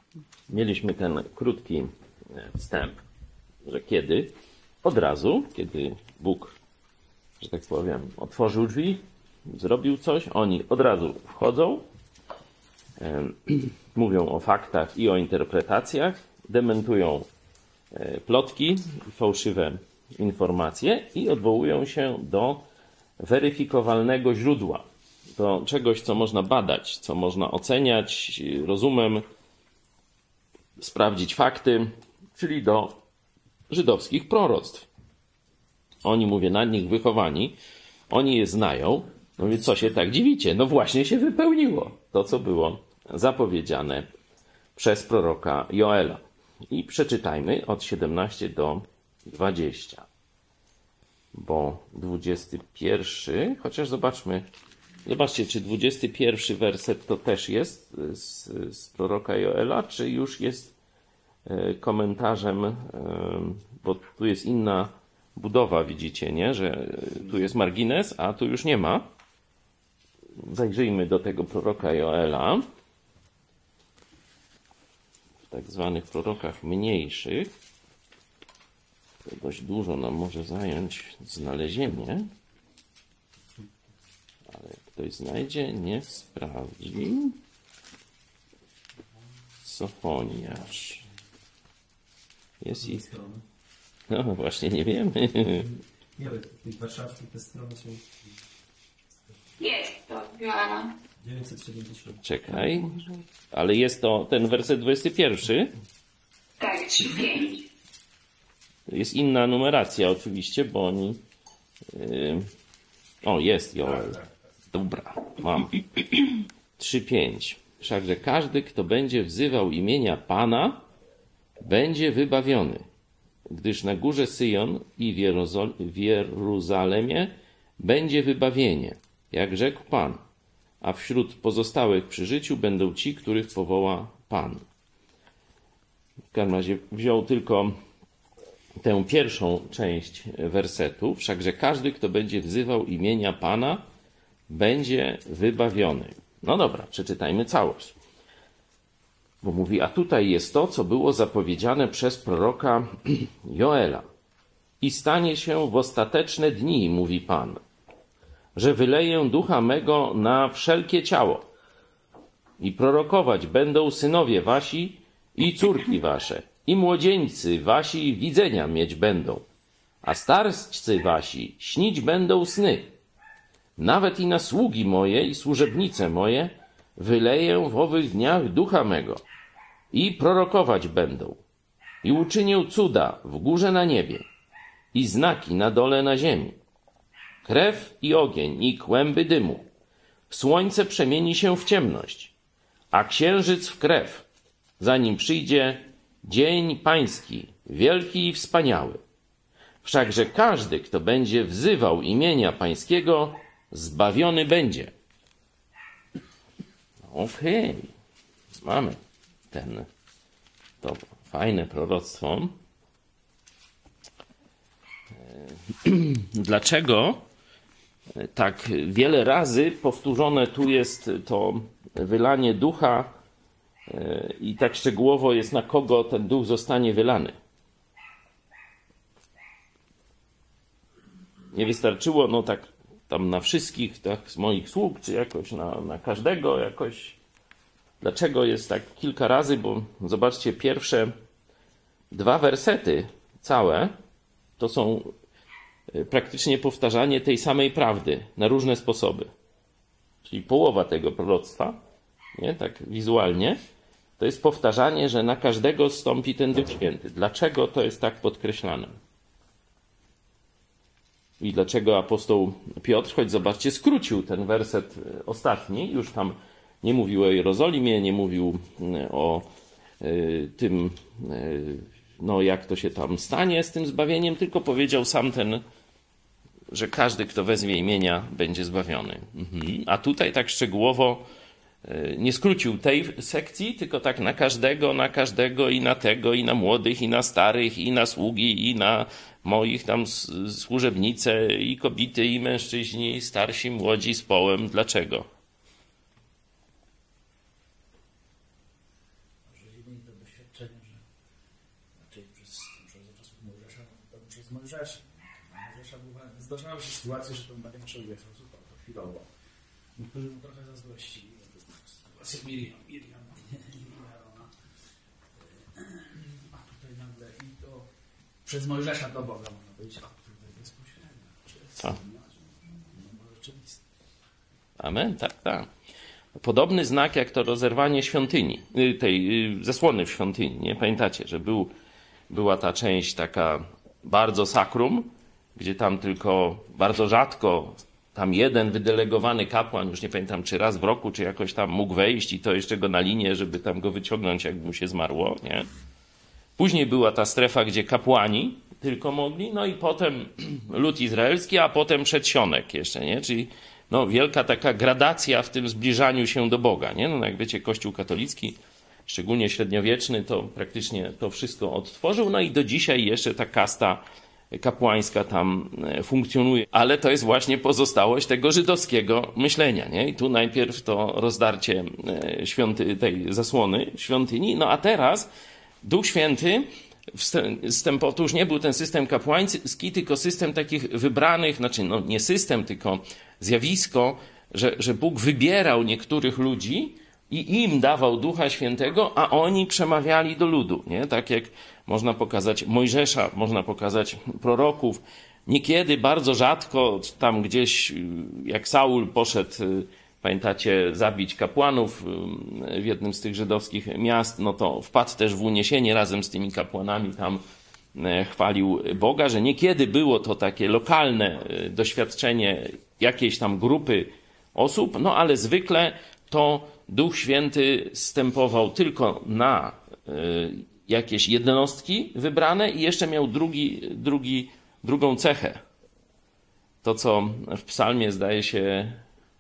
mieliśmy ten krótki wstęp, że kiedy od razu, kiedy Bóg, że tak powiem, otworzył drzwi, zrobił coś, oni od razu wchodzą, mówią o faktach i o interpretacjach, dementują plotki, fałszywe informacje i odwołują się do weryfikowalnego źródła, do czegoś, co można badać, co można oceniać rozumem, sprawdzić fakty, czyli do żydowskich proroctw. Oni, mówię, na nich wychowani, oni je znają, no więc co się tak dziwicie? No właśnie się wypełniło to, co było zapowiedziane przez proroka Joela. I przeczytajmy od 17 do 20. Bo 21, chociaż zobaczcie, czy 21 werset to też jest z proroka Joela, czy już jest komentarzem, bo tu jest inna budowa, widzicie, nie? Że tu jest margines, a tu już nie ma. Zajrzyjmy do tego proroka Joela. W tak zwanych prorokach mniejszych. To dość dużo nam może zająć znalezienie. Ale ktoś znajdzie, nie sprawdzi. Sofoniasz. Jest ich. No właśnie, nie wiemy. Nie, ale w tych warszawskich te strony są... Jest to, Joala. 970. Czekaj. Ale jest to ten werset 21. Tak, 3-5. Jest inna numeracja oczywiście, bo oni... O, jest Joel. Dobra, mam. 3:5. Wszakże każdy, kto będzie wzywał imienia Pana, będzie wybawiony. Gdyż na górze Syjon i w Jeruzalemie będzie wybawienie, jak rzekł Pan. A wśród pozostałych przy życiu będą ci, których powoła Pan. W każdym razie wziął tylko tę pierwszą część wersetu. Wszakże każdy, kto będzie wzywał imienia Pana, będzie wybawiony. No dobra, przeczytajmy całość. Bo mówi, a tutaj jest to, co było zapowiedziane przez proroka Joela. I stanie się w ostateczne dni, mówi Pan, że wyleję ducha mego na wszelkie ciało i prorokować będą synowie wasi i córki wasze i młodzieńcy wasi widzenia mieć będą, a starscy wasi śnić będą sny. Nawet i na sługi moje i służebnice moje wyleję w owych dniach ducha mego i prorokować będą. I uczynię cuda w górze na niebie i znaki na dole na ziemi. Krew i ogień i kłęby dymu. Słońce przemieni się w ciemność, a księżyc w krew, zanim przyjdzie dzień pański, wielki i wspaniały. Wszakże każdy, kto będzie wzywał imienia pańskiego, zbawiony będzie. Okej. Mamy to fajne proroctwo. Dlaczego tak wiele razy powtórzone tu jest to wylanie ducha i tak szczegółowo jest, na kogo ten duch zostanie wylany? Nie wystarczyło, no tak tam na wszystkich, tak z moich sług, czy jakoś na każdego jakoś. Dlaczego jest tak kilka razy? Bo zobaczcie, pierwsze 2 wersety całe to są praktycznie powtarzanie tej samej prawdy na różne sposoby. Czyli połowa tego proroctwa, nie? Tak wizualnie, to jest powtarzanie, że na każdego zstąpi ten Duch Święty. Dlaczego to jest tak podkreślane? I dlaczego apostoł Piotr, choć zobaczcie, skrócił ten werset ostatni, już tam nie mówił o Jerozolimie, nie mówił o tym, no jak to się tam stanie z tym zbawieniem, tylko powiedział sam ten, że każdy, kto wezwie imienia, będzie zbawiony. A tutaj tak szczegółowo nie skrócił tej sekcji, tylko tak na każdego i na tego, i na młodych, i na starych, i na sługi, i na moich tam służebnice, i kobiety, i mężczyźni, i starsi, młodzi z połem. Dlaczego? doświadczenie, że raczej przez czasów Mojżesza, to przez Mojżesza zdarzały się sytuacje, że ten Baniak w wiele osób to chwilowo. Niektórzy mu trochę zazdrościli. Sytuacja Miriam i Arona. A tutaj nagle i to przez Mojżesza do Boga można powiedzieć, a tutaj bezpośrednio. Co? Amen, tak, tak. Podobny znak jak to rozerwanie świątyni, tej zasłony w świątyni. Nie pamiętacie, że była ta część taka bardzo sakrum, gdzie tam tylko bardzo rzadko tam jeden wydelegowany kapłan, już nie pamiętam czy raz w roku, czy jakoś tam mógł wejść i to jeszcze go na linię, żeby tam go wyciągnąć, jakby mu się zmarło, nie? Później była ta strefa, gdzie kapłani tylko mogli, no i potem lud izraelski, a potem przedsionek jeszcze, nie? Czyli no, wielka taka gradacja w tym zbliżaniu się do Boga, nie? No, jak wiecie, Kościół katolicki, szczególnie średniowieczny, to praktycznie to wszystko odtworzył, no i do dzisiaj jeszcze ta kasta kapłańska tam funkcjonuje, ale to jest właśnie pozostałość tego żydowskiego myślenia, nie? I tu najpierw to rozdarcie tej zasłony świątyni, no a teraz Duch Święty to już nie był ten system kapłański, tylko system takich wybranych, znaczy no nie system, tylko zjawisko, że Bóg wybierał niektórych ludzi i im dawał Ducha Świętego, a oni przemawiali do ludu, nie? Tak jak można pokazać Mojżesza, można pokazać proroków. Niekiedy, bardzo rzadko, tam gdzieś, jak Saul poszedł, pamiętacie, zabić kapłanów w jednym z tych żydowskich miast, no to wpadł też w uniesienie razem z tymi kapłanami, tam chwalił Boga, że niekiedy było to takie lokalne doświadczenie jakiejś tam grupy osób, no ale zwykle to Duch Święty zstępował tylko na jakieś jednostki wybrane i jeszcze miał drugą cechę. To, co w psalmie, zdaje się,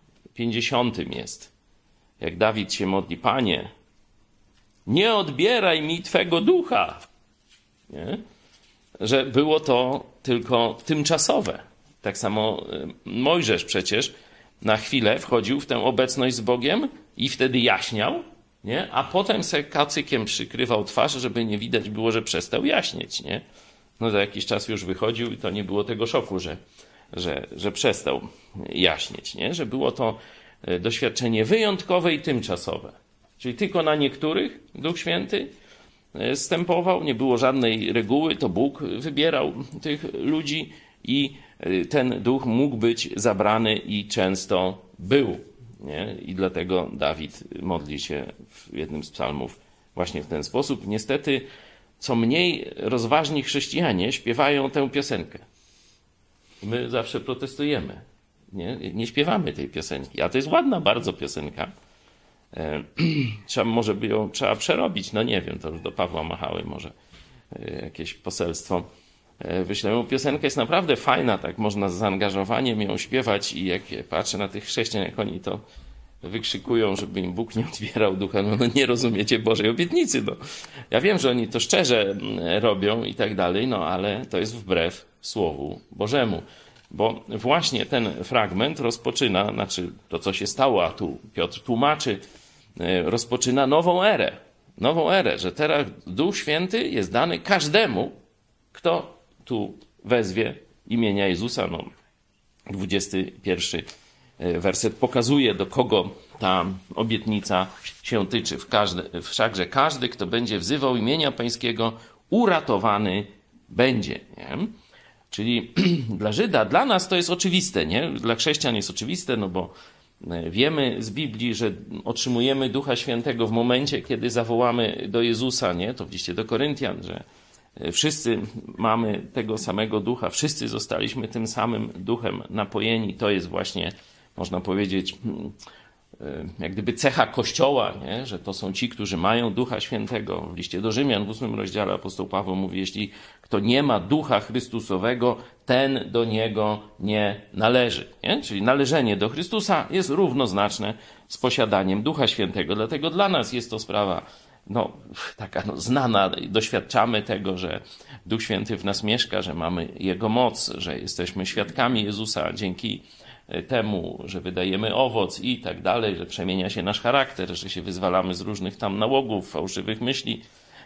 50 jest. Jak Dawid się modli: Panie, nie odbieraj mi Twego ducha. Nie? Że było to tylko tymczasowe. Tak samo Mojżesz przecież na chwilę wchodził w tę obecność z Bogiem i wtedy jaśniał, nie? A potem se kacykiem przykrywał twarz, żeby nie widać było, że przestał jaśnieć. Nie? No za jakiś czas już wychodził i to nie było tego szoku, że przestał jaśnieć. Nie? Że było to doświadczenie wyjątkowe i tymczasowe. Czyli tylko na niektórych Duch Święty zstępował, nie było żadnej reguły, to Bóg wybierał tych ludzi i ten duch mógł być zabrany i często był. Nie? I dlatego Dawid modli się w jednym z psalmów właśnie w ten sposób. Niestety, co mniej rozważni chrześcijanie śpiewają tę piosenkę. My zawsze protestujemy. Nie śpiewamy tej piosenki, a to jest ładna bardzo piosenka. Może by ją trzeba przerobić, no nie wiem, to już do Pawła Machały może jakieś poselstwo wyślę. Piosenka jest naprawdę fajna, tak można z zaangażowaniem ją śpiewać i jak patrzę na tych chrześcijan, jak oni to wykrzykują, żeby im Bóg nie odbierał ducha, no nie rozumiecie Bożej obietnicy. No. Ja wiem, że oni to szczerze robią i tak dalej, no ale to jest wbrew Słowu Bożemu. Bo właśnie ten fragment rozpoczyna, znaczy to, co się stało, a tu Piotr tłumaczy, rozpoczyna nową erę. Nową erę, że teraz Duch Święty jest dany każdemu, kto tu wezwie imienia Jezusa. No, 21 werset pokazuje, do kogo ta obietnica się tyczy. Wszakże każdy, kto będzie wzywał imienia Pańskiego, uratowany będzie. Nie? Czyli dla Żyda, dla nas to jest oczywiste, nie? Dla chrześcijan jest oczywiste, no bo wiemy z Biblii, że otrzymujemy Ducha Świętego w momencie, kiedy zawołamy do Jezusa, nie? To w liście do Koryntian, że wszyscy mamy tego samego Ducha, wszyscy zostaliśmy tym samym Duchem napojeni. To jest właśnie, można powiedzieć, jak gdyby cecha Kościoła, nie? Że to są ci, którzy mają Ducha Świętego. W liście do Rzymian w 8 rozdziale apostoł Paweł mówi: jeśli kto nie ma Ducha Chrystusowego, ten do Niego nie należy. Nie? Czyli należenie do Chrystusa jest równoznaczne z posiadaniem Ducha Świętego. Dlatego dla nas jest to sprawa taka znana. Doświadczamy tego, że Duch Święty w nas mieszka, że mamy Jego moc, że jesteśmy świadkami Jezusa dzięki temu, że wydajemy owoc i tak dalej, że przemienia się nasz charakter, że się wyzwalamy z różnych tam nałogów, fałszywych myśli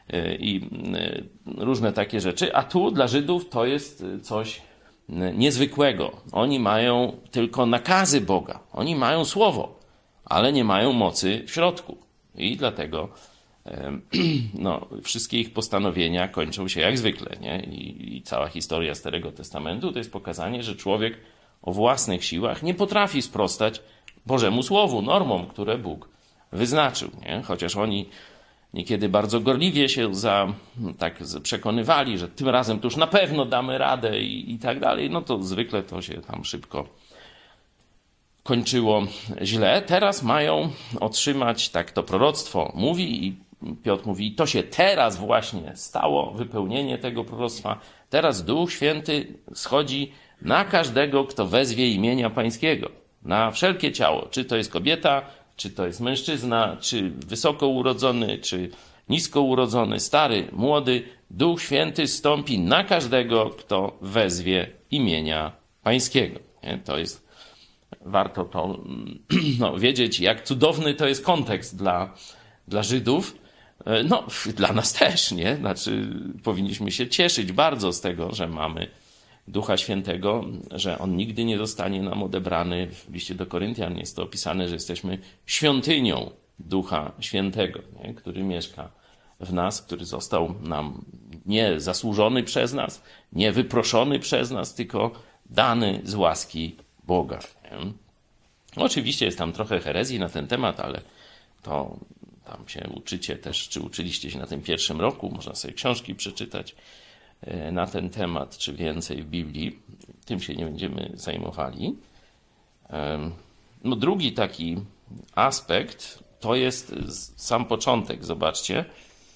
i różne takie rzeczy, a tu dla Żydów to jest coś niezwykłego. Oni mają tylko nakazy Boga, oni mają słowo, ale nie mają mocy w środku i dlatego wszystkie ich postanowienia kończą się jak zwykle, nie? I cała historia Starego Testamentu to jest pokazanie, że człowiek o własnych siłach nie potrafi sprostać Bożemu Słowu, normom, które Bóg wyznaczył, nie? Chociaż oni niekiedy bardzo gorliwie się przekonywali, że tym razem to już na pewno damy radę i tak dalej, no to zwykle to się tam szybko kończyło źle. Teraz mają otrzymać, tak to proroctwo mówi i Piotr mówi, to się teraz właśnie stało, wypełnienie tego proroctwa. Teraz Duch Święty schodzi na każdego, kto wezwie imienia Pańskiego. Na wszelkie ciało. Czy to jest kobieta, czy to jest mężczyzna, czy wysoko urodzony, czy nisko urodzony, stary, młody. Duch Święty stąpi na każdego, kto wezwie imienia Pańskiego. Nie? To jest, warto to wiedzieć, jak cudowny to jest kontekst dla Żydów. No, dla nas też, nie? Znaczy, powinniśmy się cieszyć bardzo z tego, że mamy Ducha Świętego, że On nigdy nie zostanie nam odebrany. W liście do Koryntian jest to opisane, że jesteśmy świątynią Ducha Świętego, nie? Który mieszka w nas, który został nam nie zasłużony przez nas, nie wyproszony przez nas, tylko dany z łaski Boga. Nie? Oczywiście jest tam trochę herezji na ten temat, ale to tam się uczycie też, czy uczyliście się na tym pierwszym roku, można sobie książki przeczytać na ten temat, czy więcej w Biblii. Tym się nie będziemy zajmowali. No, drugi taki aspekt to jest sam początek. Zobaczcie,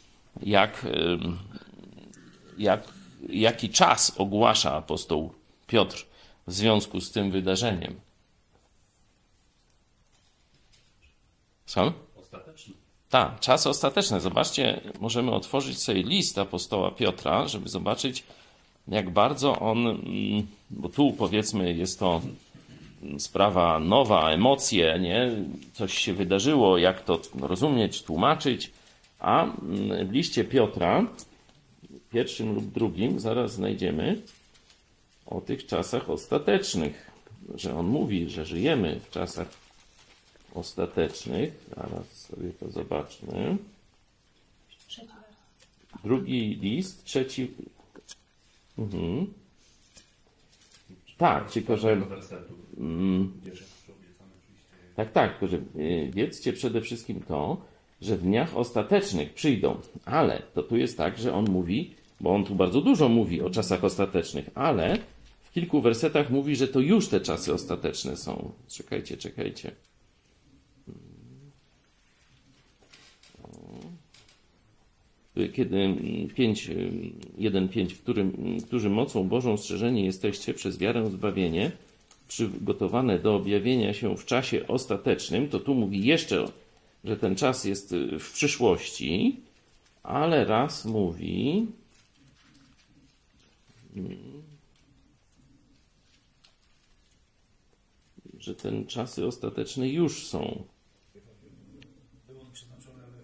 jaki czas ogłasza apostoł Piotr w związku z tym wydarzeniem. Co? Ostateczny. Tak, czas ostateczny. Zobaczcie, możemy otworzyć sobie list apostoła Piotra, żeby zobaczyć, jak bardzo on, bo tu powiedzmy jest to sprawa nowa, emocje, nie? Coś się wydarzyło, jak to rozumieć, tłumaczyć, a w liście Piotra, pierwszym lub drugim, zaraz znajdziemy o tych czasach ostatecznych, że on mówi, że żyjemy w czasach ostatecznych. Zaraz sobie to zobaczmy. Drugi list, trzeci. Tak, tylko że. Tak, tylko że wiedzcie przede wszystkim to, że w dniach ostatecznych przyjdą. Ale to tu jest tak, że on mówi, bo on tu bardzo dużo mówi o czasach ostatecznych, ale w kilku wersetach mówi, że to już te czasy ostateczne są. Czekajcie. Kiedy 1:5, którzy mocą Bożą strzeżeni jesteście przez wiarę zbawienie, przygotowane do objawienia się w czasie ostatecznym, to tu mówi jeszcze, że ten czas jest w przyszłości, ale raz mówi, że ten czasy ostateczne już są. Był on przeznaczony, ale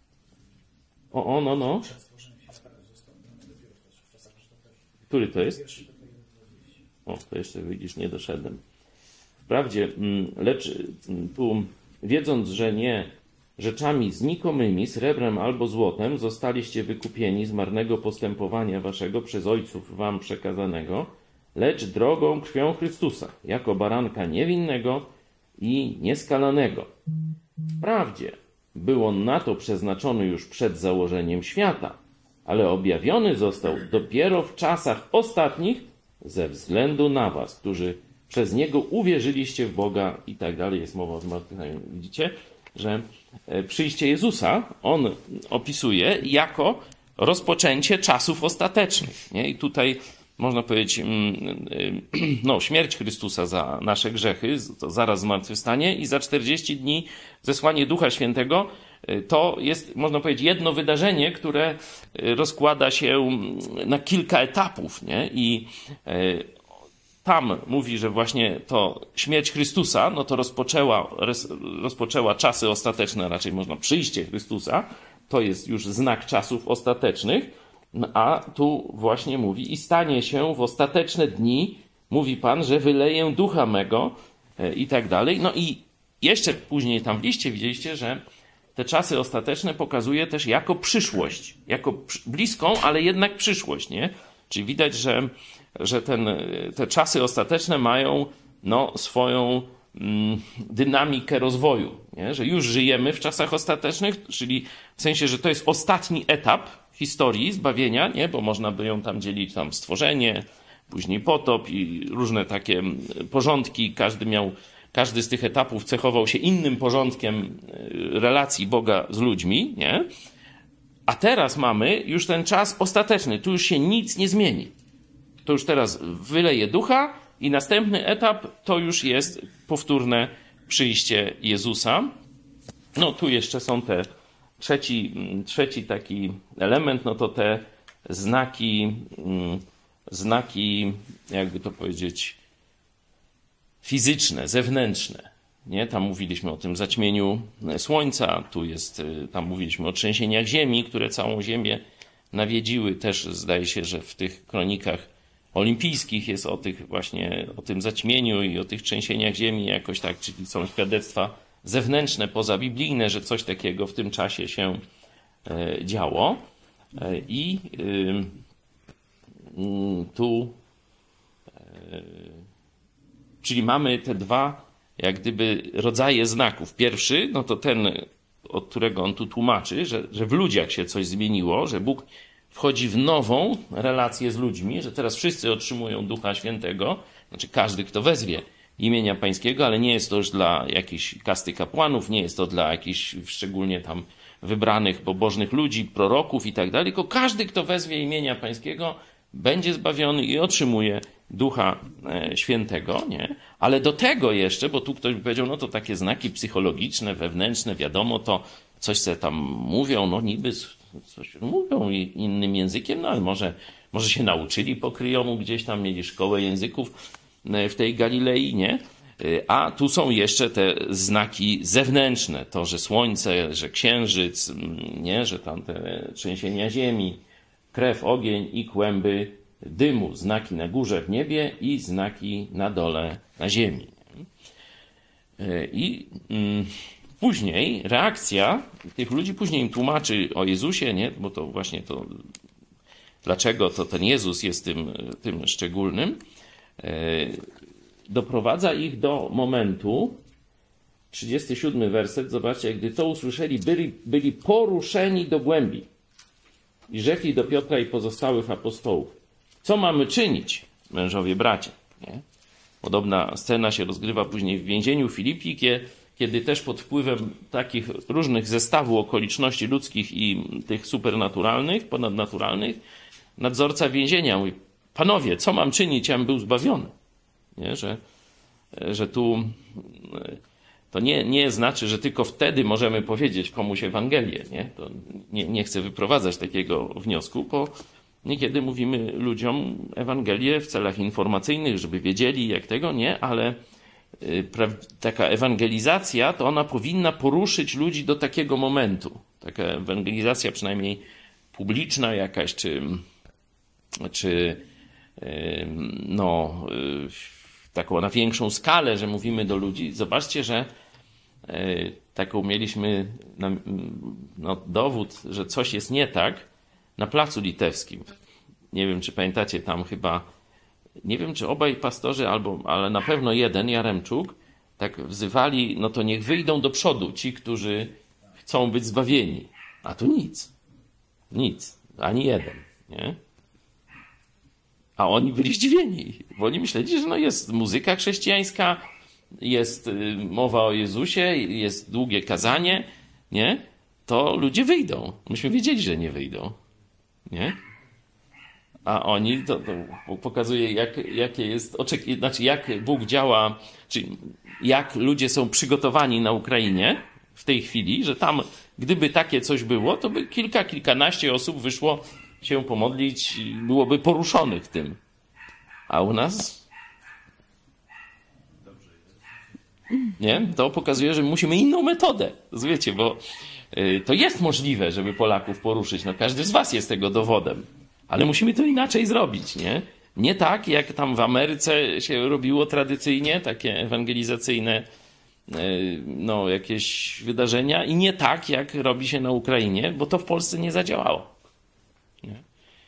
No. przed stworzeniem świata został dany dopiero w czasach ostatecznych. Który to jest? Pierwszy Piotra 1:20. O, to jeszcze widzisz, nie doszedłem. Wprawdzie, lecz tu wiedząc, że nie rzeczami znikomymi, srebrem albo złotem, zostaliście wykupieni z marnego postępowania waszego przez ojców wam przekazanego, lecz drogą krwią Chrystusa, jako baranka niewinnego i nieskalanego. Wprawdzie był on na to przeznaczony już przed założeniem świata, ale objawiony został dopiero w czasach ostatnich ze względu na was, którzy przez Niego uwierzyliście w Boga i tak dalej. Jest mowa o zmartwychwstaniu. Widzicie, że przyjście Jezusa on opisuje jako rozpoczęcie czasów ostatecznych. Nie? I tutaj można powiedzieć, śmierć Chrystusa za nasze grzechy, to zaraz zmartwychwstanie i za 40 dni zesłanie Ducha Świętego. To jest, można powiedzieć, jedno wydarzenie, które rozkłada się na kilka etapów, nie? I tam mówi, że właśnie to śmierć Chrystusa, no to rozpoczęła czasy ostateczne, raczej można przyjście Chrystusa, to jest już znak czasów ostatecznych, a tu właśnie mówi: i stanie się w ostateczne dni, mówi Pan, że wyleję ducha mego i tak dalej. No i jeszcze później tam w liście widzieliście, że te czasy ostateczne pokazuje też jako przyszłość, jako bliską, ale jednak przyszłość, nie? Czyli widać, że te czasy ostateczne mają swoją dynamikę rozwoju, nie? Że już żyjemy w czasach ostatecznych, czyli w sensie, że to jest ostatni etap historii zbawienia, nie? Bo można by ją tam dzielić, tam stworzenie, później potop i różne takie porządki. Każdy z tych etapów cechował się innym porządkiem relacji Boga z ludźmi, nie? A teraz mamy już ten czas ostateczny. Tu już się nic nie zmieni. To już teraz wyleje ducha i następny etap to już jest powtórne przyjście Jezusa. No tu jeszcze są te trzeci taki element, no to te znaki, jakby to powiedzieć, fizyczne, zewnętrzne. Nie? Tam mówiliśmy o tym zaćmieniu słońca, tam mówiliśmy o trzęsieniach ziemi, które całą ziemię nawiedziły. Też zdaje się, że w tych kronikach olimpijskich jest o tym zaćmieniu i o tych trzęsieniach ziemi jakoś tak, czyli są świadectwa zewnętrzne, pozabiblijne, że coś takiego w tym czasie się działo. I tu czyli mamy te dwa jak gdyby rodzaje znaków. Pierwszy, no to ten, od którego on tu tłumaczy, że w ludziach się coś zmieniło, że Bóg wchodzi w nową relację z ludźmi, że teraz wszyscy otrzymują Ducha Świętego, znaczy każdy, kto wezwie imienia Pańskiego, ale nie jest to już dla jakiejś kasty kapłanów, nie jest to dla jakichś szczególnie tam wybranych, pobożnych ludzi, proroków i tak dalej, tylko każdy, kto wezwie imienia Pańskiego, będzie zbawiony i otrzymuje Ducha Świętego, nie? Ale do tego jeszcze, bo tu ktoś by powiedział, no to takie znaki psychologiczne, wewnętrzne, wiadomo, to coś sobie tam mówią, no niby coś mówią innym językiem, no ale może się nauczyli po kryjomu, gdzieś tam mieli szkołę języków w tej Galilei, nie? A tu są jeszcze te znaki zewnętrzne, to, że słońce, że księżyc, nie? Że tam te trzęsienia ziemi, krew, ogień i kłęby dymu, znaki na górze w niebie i znaki na dole na ziemi. I później reakcja tych ludzi, później im tłumaczy o Jezusie, nie? Bo to właśnie to, dlaczego to ten Jezus jest tym szczególnym, doprowadza ich do momentu, 37 werset, zobaczcie, gdy to usłyszeli, byli poruszeni do głębi i rzekli do Piotra i pozostałych apostołów: co mamy czynić, mężowie bracia? Nie? Podobna scena się rozgrywa później w więzieniu Filipi, kiedy też pod wpływem takich różnych zestawów okoliczności ludzkich i tych supernaturalnych, ponadnaturalnych, nadzorca więzienia mówi: panowie, co mam czynić, abym był zbawiony? Nie? Że tu to nie znaczy, że tylko wtedy możemy powiedzieć komuś Ewangelię. Nie? To nie chcę wyprowadzać takiego wniosku, bo niekiedy mówimy ludziom Ewangelię w celach informacyjnych, żeby wiedzieli jak tego, nie, ale taka ewangelizacja, to ona powinna poruszyć ludzi do takiego momentu. Taka ewangelizacja przynajmniej publiczna jakaś, czy taką na większą skalę, że mówimy do ludzi. Zobaczcie, że taką mieliśmy dowód, że coś jest nie tak na Placu Litewskim. Nie wiem, czy pamiętacie, tam chyba, nie wiem, czy obaj pastorzy, ale na pewno jeden, Jaremczuk, tak wzywali, no to niech wyjdą do przodu ci, którzy chcą być zbawieni. A tu nic, ani jeden, nie? A oni byli zdziwieni, bo oni myśleli, że jest muzyka chrześcijańska, jest mowa o Jezusie, jest długie kazanie, nie? To ludzie wyjdą. Myśmy wiedzieli, że nie wyjdą, nie? A oni, to pokazuje, jakie jest znaczy jak Bóg działa, czy jak ludzie są przygotowani na Ukrainie w tej chwili, że tam, gdyby takie coś było, to by kilkanaście osób wyszło się pomodlić i byłoby poruszonych tym. A u nas? Nie? To pokazuje, że musimy inną metodę. Wiecie, bo to jest możliwe, żeby Polaków poruszyć. No każdy z was jest tego dowodem. Ale musimy to inaczej zrobić, nie? Nie tak, jak tam w Ameryce się robiło tradycyjnie, takie ewangelizacyjne no, jakieś wydarzenia i nie tak, jak robi się na Ukrainie, bo to w Polsce nie zadziałało. Nie?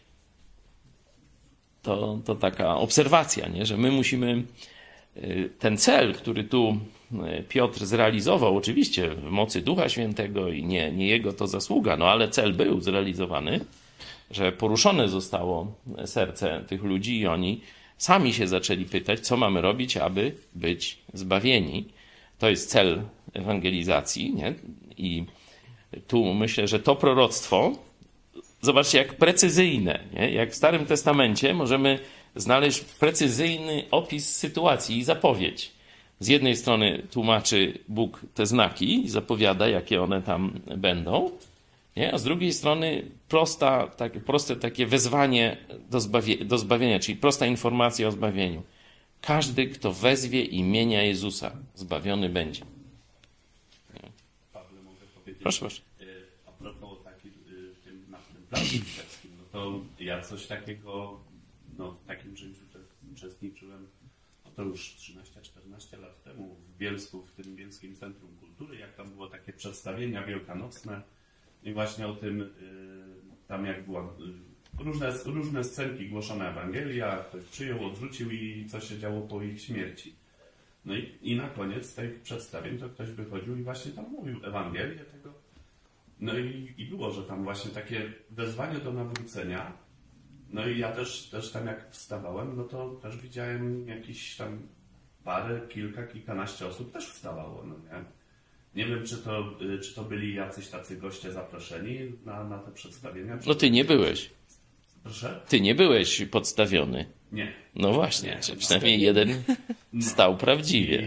To taka obserwacja, nie? Że my musimy ten cel, który tu Piotr zrealizował, oczywiście w mocy Ducha Świętego i nie jego to zasługa, no ale cel był zrealizowany, że poruszone zostało serce tych ludzi i oni sami się zaczęli pytać, co mamy robić, aby być zbawieni. To jest cel ewangelizacji, nie? I tu myślę, że to proroctwo, zobaczcie jak precyzyjne, nie? Jak w Starym Testamencie możemy znaleźć precyzyjny opis sytuacji i zapowiedź. Z jednej strony tłumaczy Bóg te znaki i zapowiada, jakie one tam będą, nie? A z drugiej strony proste takie wezwanie do zbawienia, czyli prosta informacja o zbawieniu. Każdy, kto wezwie imienia Jezusa, zbawiony będzie. Pawle, mogę powiedzieć? Proszę. A propos na tym planie litewskim, no to ja coś takiego, no w takim czymś uczestniczyłem, no to już 13-14 lat temu w Bielsku, w tym Bielskim Centrum Kultury, jak tam było takie przedstawienia wielkanocne i właśnie o tym, tam jak była różne scenki głoszona Ewangelia, ktoś przyjął, odrzucił i co się działo po ich śmierci. No i na koniec tych przedstawień to ktoś wychodził i właśnie tam mówił Ewangelię tego. No i było, że tam właśnie takie wezwanie do nawrócenia. No i ja też tam jak wstawałem, no to też widziałem jakieś tam kilkanaście osób też wstawało, no nie? Nie wiem, czy to byli jacyś tacy goście zaproszeni na te przedstawienia. No ty nie byłeś. Proszę? Ty nie byłeś podstawiony. Nie. No właśnie, czy przynajmniej jeden stał prawdziwie.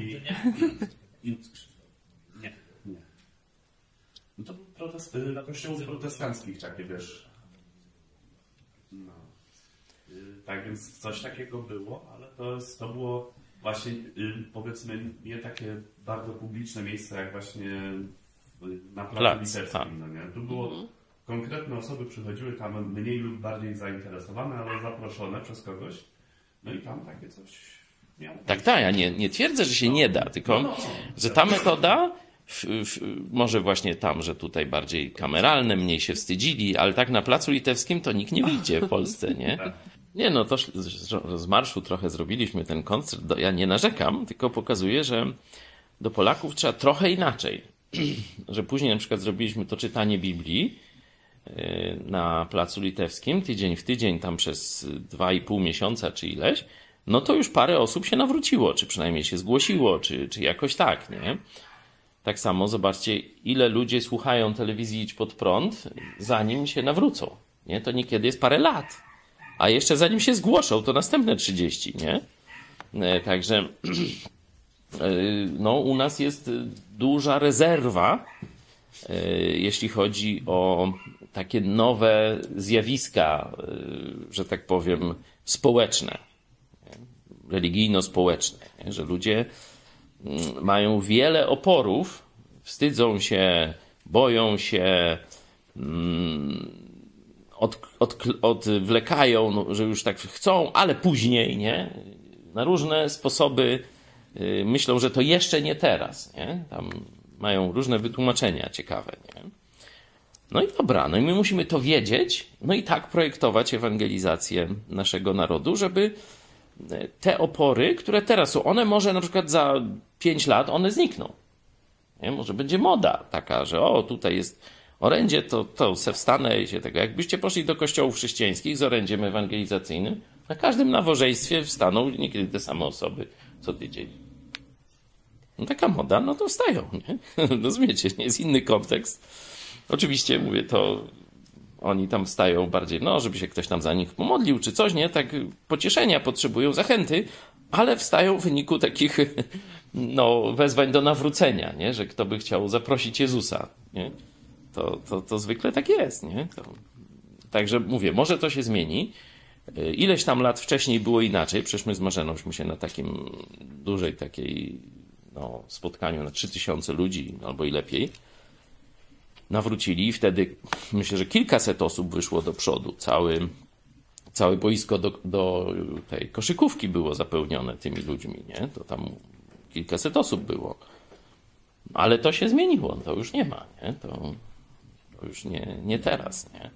Nie. No to był na kościołów protestanckich takie, wiesz. No. Tak więc coś takiego było, ale to było właśnie, powiedzmy, nie takie bardzo publiczne miejsce, jak właśnie na placu litewskim. No nie? Tu było konkretne osoby przychodziły tam mniej lub bardziej zainteresowane, ale zaproszone przez kogoś. No i tam takie coś miało. Tak, ja nie twierdzę, że się nie da, tylko że ta metoda, może właśnie tam, że tutaj bardziej kameralne, mniej się wstydzili, ale tak na placu litewskim to nikt nie wyjdzie w Polsce, nie? Nie, no to z marszu trochę zrobiliśmy ten koncert. Ja nie narzekam, tylko pokazuję, że do Polaków trzeba trochę inaczej. Że później na przykład zrobiliśmy to czytanie Biblii na placu litewskim, tydzień w tydzień, tam przez 2,5 miesiąca czy ileś, no to już parę osób się nawróciło, czy przynajmniej się zgłosiło, czy jakoś tak, nie? Tak samo zobaczcie, ile ludzie słuchają telewizji Idź Pod Prąd, zanim się nawrócą, nie? To niekiedy jest parę lat. A jeszcze zanim się zgłoszą, to następne 30, nie? Także no, u nas jest duża rezerwa, jeśli chodzi o takie nowe zjawiska, że tak powiem, społeczne, religijno-społeczne, że ludzie mają wiele oporów, wstydzą się, boją się, odwlekają, no, że już tak chcą, ale później, nie? Na różne sposoby myślą, że to jeszcze nie teraz, nie? Tam mają różne wytłumaczenia ciekawe, nie? No i dobra, no i my musimy to wiedzieć, no i tak projektować ewangelizację naszego narodu, żeby te opory, które teraz są, one może na przykład za 5 lat one znikną. Nie? Może będzie moda taka, że o, tutaj jest orędzie, to se wstanę i się tego. Jakbyście poszli do kościołów chrześcijańskich z orędziem ewangelizacyjnym, na każdym nawożeństwie wstaną niekiedy te same osoby co tydzień. No taka moda, no to wstają, nie? Rozumiecie, nie jest inny kontekst. Oczywiście, mówię, to oni tam wstają bardziej, no, żeby się ktoś tam za nich pomodlił, czy coś, nie? Tak pocieszenia potrzebują, zachęty, ale wstają w wyniku takich, no, wezwań do nawrócenia, nie? Że kto by chciał zaprosić Jezusa, nie? To zwykle tak jest, nie? Także mówię, może to się zmieni. Ileś tam lat wcześniej było inaczej, przecież my z Marzeną się na takim dużej takiej, no, spotkaniu na 3000 ludzi, albo i lepiej. nawrócili. Wtedy myślę, że kilkaset osób wyszło do przodu. Całe boisko do tej koszykówki było zapełnione tymi ludźmi, nie? To tam kilkaset osób było. Ale to się zmieniło, to już nie ma, nie? To już nie teraz, nie?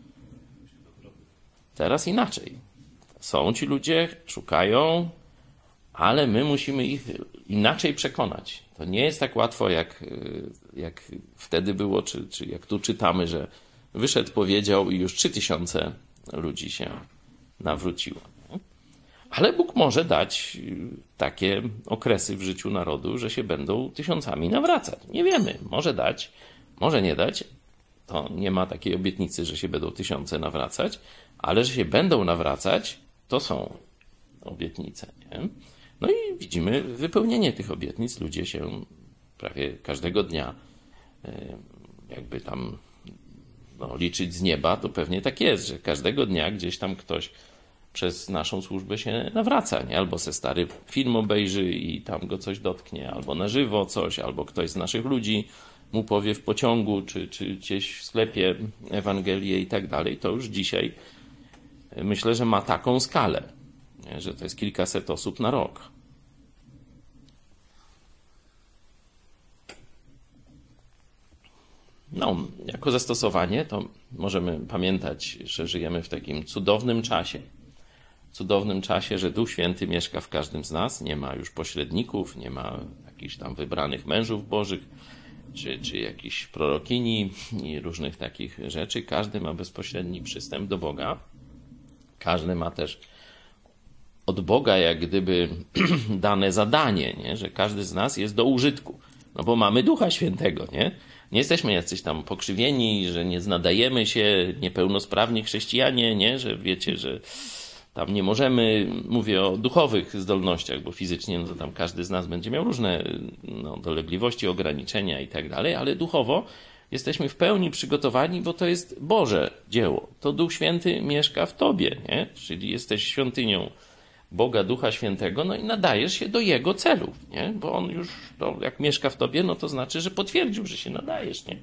Teraz inaczej. Są ci ludzie, szukają, ale my musimy ich inaczej przekonać. To nie jest tak łatwo, jak wtedy było, czy jak tu czytamy, że wyszedł, powiedział i już 3000 ludzi się nawróciło. Nie? Ale Bóg może dać takie okresy w życiu narodu, że się będą tysiącami nawracać. Nie wiemy. Może dać, może nie dać. To nie ma takiej obietnicy, że się będą tysiące nawracać, ale że się będą nawracać, to są obietnice. Nie? No i widzimy wypełnienie tych obietnic. Ludzie się prawie każdego dnia jakby tam liczyć z nieba, to pewnie tak jest, że każdego dnia gdzieś tam ktoś przez naszą służbę się nawraca, nie? Albo se stary film obejrzy i tam go coś dotknie, albo na żywo coś, albo ktoś z naszych ludzi mu powie w pociągu, czy gdzieś w sklepie Ewangelię i tak dalej. To już dzisiaj myślę, że ma taką skalę, nie? Że to jest kilkaset osób na rok. No, jako zastosowanie to możemy pamiętać, że żyjemy w takim cudownym czasie. Cudownym czasie, że Duch Święty mieszka w każdym z nas. Nie ma już pośredników, nie ma jakichś tam wybranych mężów bożych, czy jakichś prorokini i różnych takich rzeczy. Każdy ma bezpośredni przystęp do Boga. Każdy ma też od Boga jak gdyby dane zadanie, nie? Że każdy z nas jest do użytku. No bo mamy Ducha Świętego, nie? Nie jesteśmy jacyś tam pokrzywieni, że nie nadajemy się, niepełnosprawni chrześcijanie, nie? Że wiecie, że tam nie możemy, mówię o duchowych zdolnościach, bo fizycznie no to tam każdy z nas będzie miał różne dolegliwości, ograniczenia i tak dalej, ale duchowo jesteśmy w pełni przygotowani, bo to jest Boże dzieło. To Duch Święty mieszka w tobie, nie? Czyli jesteś świątynią Boga, Ducha Świętego, no i nadajesz się do Jego celów, nie? Bo On już, jak mieszka w tobie, no to znaczy, że potwierdził, że się nadajesz, nie?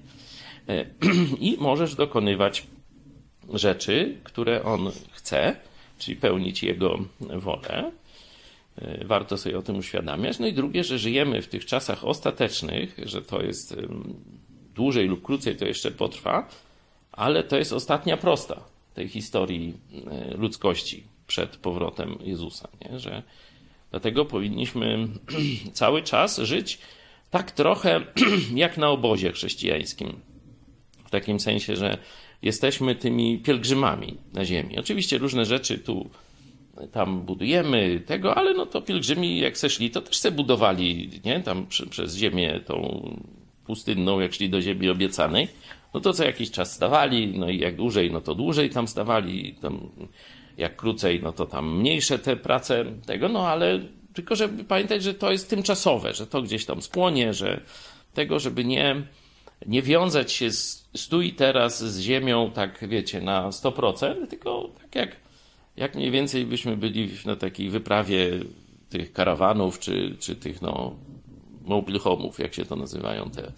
I możesz dokonywać rzeczy, które On chce, czyli pełnić Jego wolę. Warto sobie o tym uświadamiać. No i drugie, że żyjemy w tych czasach ostatecznych, że to jest dłużej lub krócej, to jeszcze potrwa, ale to jest ostatnia prosta tej historii ludzkości przed powrotem Jezusa, nie? Że dlatego powinniśmy cały czas żyć tak trochę jak na obozie chrześcijańskim. W takim sensie, że jesteśmy tymi pielgrzymami na ziemi. Oczywiście różne rzeczy tam budujemy tego, ale no to pielgrzymi jak se szli, to też se budowali, nie? Tam przez ziemię tą pustynną, jak szli do ziemi obiecanej, no to co jakiś czas stawali, no i jak dłużej, no to dłużej tam stawali, tam jak krócej, no to tam mniejsze te prace tego, no ale tylko żeby pamiętać, że to jest tymczasowe, że to gdzieś tam spłonie, że tego, żeby nie wiązać się tu i teraz z ziemią, tak wiecie, na 100%, tylko tak jak mniej więcej byśmy byli na takiej wyprawie tych karawanów, czy tych mobile home'ów, jak się to nazywają, te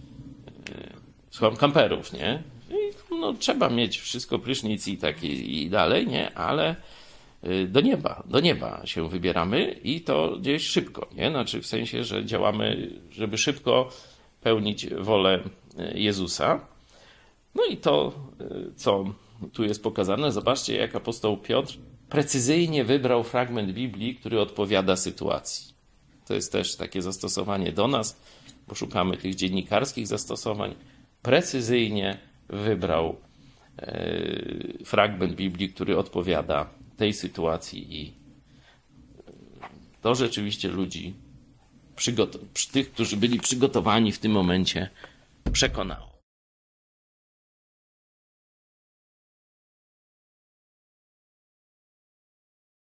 kamperów, nie? I, trzeba mieć wszystko, prysznic i tak i dalej, nie? Ale do nieba się wybieramy i to gdzieś szybko, nie? Znaczy w sensie, że działamy, żeby szybko pełnić wolę Jezusa. No i to, co tu jest pokazane, zobaczcie, jak apostoł Piotr precyzyjnie wybrał fragment Biblii, który odpowiada sytuacji. To jest też takie zastosowanie do nas, bo szukamy tych dziennikarskich zastosowań. Precyzyjnie wybrał fragment Biblii, który odpowiada tej sytuacji i to rzeczywiście ludzi, tych, którzy byli przygotowani w tym momencie, przekonało.